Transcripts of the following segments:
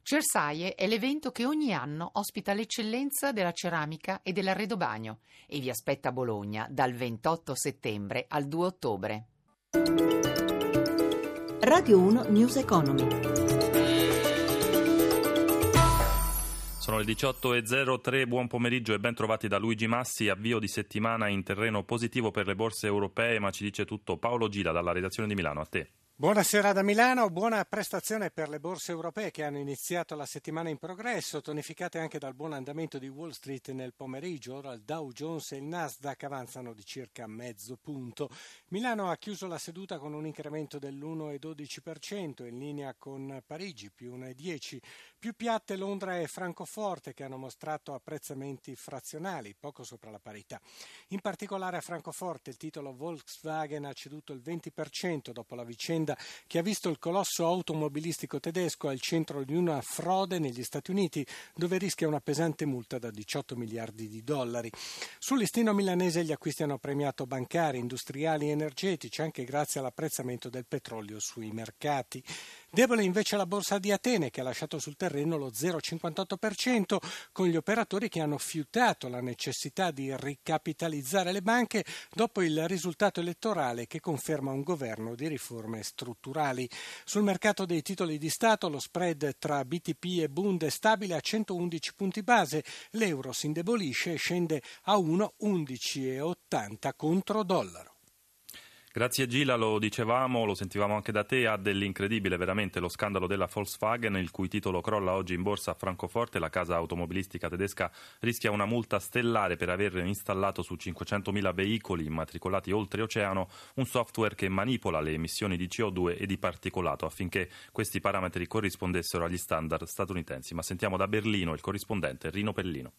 Cersaie è l'evento che ogni anno ospita l'eccellenza della ceramica e dell'arredobagno e vi aspetta a Bologna dal 28 settembre al 2 ottobre. Radio 1 News Economy. Sono le 18.03, buon pomeriggio e ben trovati da Luigi Massi. Avvio di settimana in terreno positivo per le borse europee, ma ci dice tutto Paolo Gila dalla redazione di Milano. A te. Buonasera da Milano, buona prestazione per le borse europee che hanno iniziato la settimana in progresso, tonificate anche dal buon andamento di Wall Street nel pomeriggio. Ora il Dow Jones e il Nasdaq avanzano di circa mezzo punto. Milano ha chiuso la seduta con un incremento dell'1,12%, in linea con Parigi più 1,10%. Più piatte Londra e Francoforte, che hanno mostrato apprezzamenti frazionali, poco sopra la parità. In particolare a Francoforte il titolo Volkswagen ha ceduto il 20% dopo la vicenda che ha visto il colosso automobilistico tedesco al centro di una frode negli Stati Uniti, dove rischia una pesante multa da 18 miliardi di dollari. Sul listino milanese gli acquisti hanno premiato bancari, industriali e energetici, anche grazie all'apprezzamento del petrolio sui mercati. Debole invece la borsa di Atene, che ha lasciato sul terreno lo 0,58%, con gli operatori che hanno fiutato la necessità di ricapitalizzare le banche dopo il risultato elettorale che conferma un governo di riforme strutturali. Sul mercato dei titoli di Stato lo spread tra BTP e Bund è stabile a 111 punti base, l'euro si indebolisce e scende a 1,1180 contro dollaro. Grazie Gila, lo dicevamo, lo sentivamo anche da te, ha dell'incredibile veramente lo scandalo della Volkswagen, il cui titolo crolla oggi in borsa a Francoforte. La casa automobilistica tedesca rischia una multa stellare per aver installato su 500.000 veicoli immatricolati oltreoceano un software che manipola le emissioni di CO2 e di particolato affinché questi parametri corrispondessero agli standard statunitensi. Ma sentiamo da Berlino il corrispondente Rino Pellino.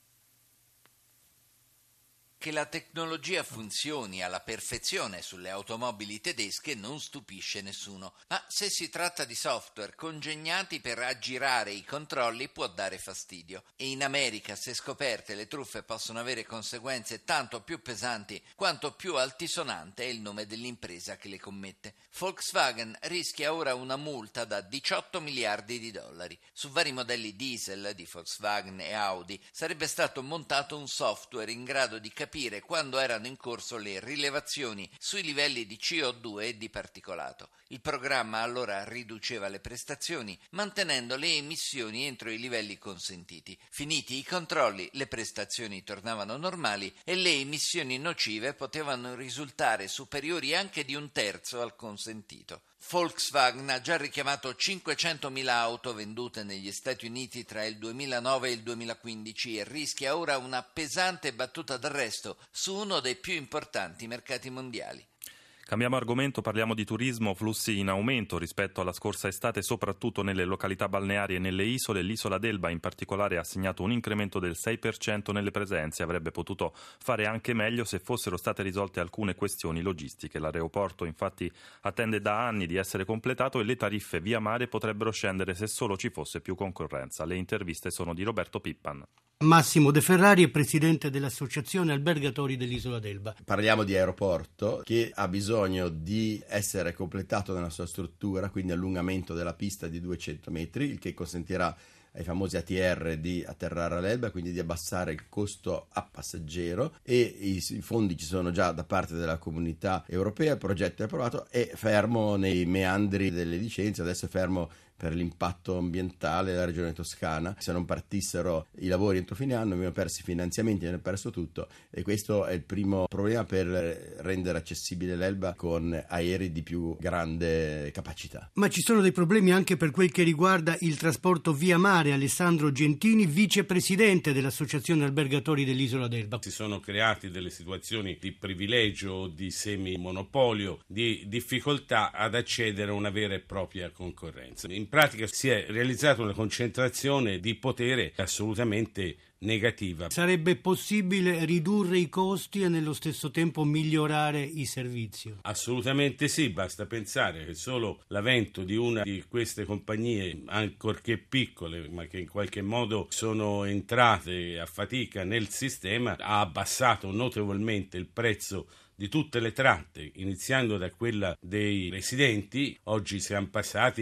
Che la tecnologia funzioni alla perfezione sulle automobili tedesche non stupisce nessuno, ma se si tratta di software congegnati per aggirare i controlli può dare fastidio. E in America, se scoperte, le truffe possono avere conseguenze tanto più pesanti quanto più altisonante è il nome dell'impresa che le commette. Volkswagen rischia ora una multa da 18 miliardi di dollari. Su vari modelli diesel di Volkswagen e Audi sarebbe stato montato un software in grado di capire quando erano in corso le rilevazioni sui livelli di CO2 e di particolato. Il programma allora riduceva le prestazioni, mantenendo le emissioni entro i livelli consentiti. Finiti i controlli, le prestazioni tornavano normali e le emissioni nocive potevano risultare superiori anche di un terzo al consentito. Volkswagen ha già richiamato 500.000 auto vendute negli Stati Uniti tra il 2009 e il 2015 e rischia ora una pesante battuta d'arresto su uno dei più importanti mercati mondiali. Cambiamo argomento, parliamo di turismo, flussi in aumento rispetto alla scorsa estate, soprattutto nelle località balneari e nelle isole. L'isola d'Elba in particolare ha segnato un incremento del 6% nelle presenze. Avrebbe potuto fare anche meglio se fossero state risolte alcune questioni logistiche. L'aeroporto infatti attende da anni di essere completato e le tariffe via mare potrebbero scendere se solo ci fosse più concorrenza. Le interviste sono di Roberto Pippan. Massimo De Ferrari è presidente dell'Associazione Albergatori dell'Isola d'Elba. Parliamo di aeroporto che ha bisogno di essere completato nella sua struttura, quindi allungamento della pista di 200 metri, il che consentirà ai famosi ATR di atterrare all'Elba, quindi di abbassare il costo a passeggero, e i fondi ci sono già da parte della comunità europea, il progetto è approvato, è fermo nei meandri delle licenze, adesso è fermo per l'impatto ambientale della regione Toscana. Se non partissero i lavori entro fine anno abbiamo perso i finanziamenti, abbiamo perso tutto, e questo è il primo problema per rendere accessibile l'Elba con aerei di più grande capacità. Ma ci sono dei problemi anche per quel che riguarda il trasporto via mare. Alessandro Gentini, vicepresidente dell'Associazione Albergatori dell'Isola d'Elba. Si sono creati delle situazioni di privilegio, di semimonopolio, di difficoltà ad accedere a una vera e propria concorrenza. In pratica si è realizzata una concentrazione di potere assolutamente negativa. Sarebbe possibile ridurre i costi e nello stesso tempo migliorare i servizi? Assolutamente sì, basta pensare che solo l'avvento di una di queste compagnie, ancorché piccole, ma che in qualche modo sono entrate a fatica nel sistema, ha abbassato notevolmente il prezzo di tutte le tratte, iniziando da quella dei residenti. Oggi siamo passati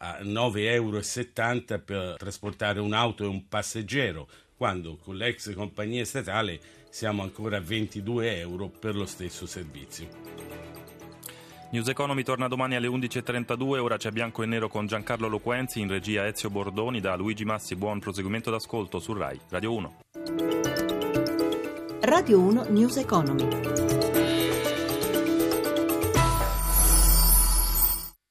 a 9,70 euro per trasportare un'auto e un passeggero, quando con l'ex compagnia statale siamo ancora a 22 euro per lo stesso servizio. News Economy torna domani alle 11.32, ora c'è Bianco e Nero con Giancarlo Loquenzi, in regia Ezio Bordoni, da Luigi Massi. Buon proseguimento d'ascolto su Rai Radio 1. Radio 1 News Economy.